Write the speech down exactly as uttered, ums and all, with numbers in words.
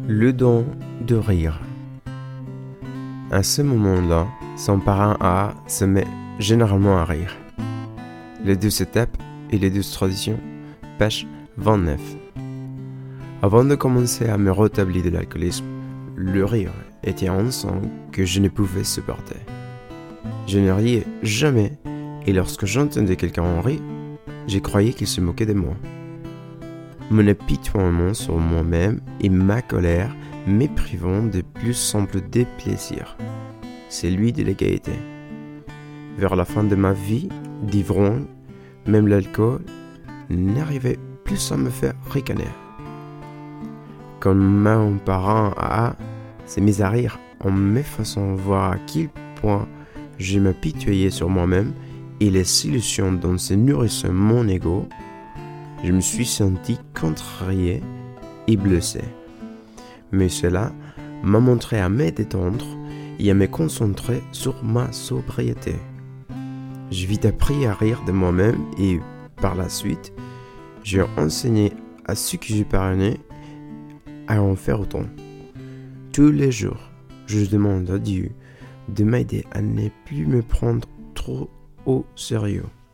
Le don de rire. À ce moment-là, son parrain A se met généralement à rire. Les deux se tapent et les deux traditions, page vingt-neuf. Avant de commencer à me rétablir de l'alcoolisme, le rire était un son que je ne pouvais supporter. Je ne riais jamais et lorsque j'entendais quelqu'un en rire, je croyais qu'il se moquait de moi. Mon apitoiement sur moi-même et ma colère me privant de plus simple des plaisirs, celui de la gaieté. Vers la fin de ma vie d'ivrogne, même l'alcool n'arrivait plus à me faire ricaner. Quand mon parent A s'est mis à rire en me faisant voir à quel point je m'apitoyais sur moi-même et les illusions dont se nourrissait mon ego, je me suis senti contrarié et blessé. Mais cela m'a montré à me détendre et à me concentrer sur ma sobriété. J'ai vite appris à rire de moi-même et, par la suite, j'ai enseigné à ceux que j'ai parrainés à en faire autant. Tous les jours, je demande à Dieu de m'aider à ne plus me prendre trop au sérieux.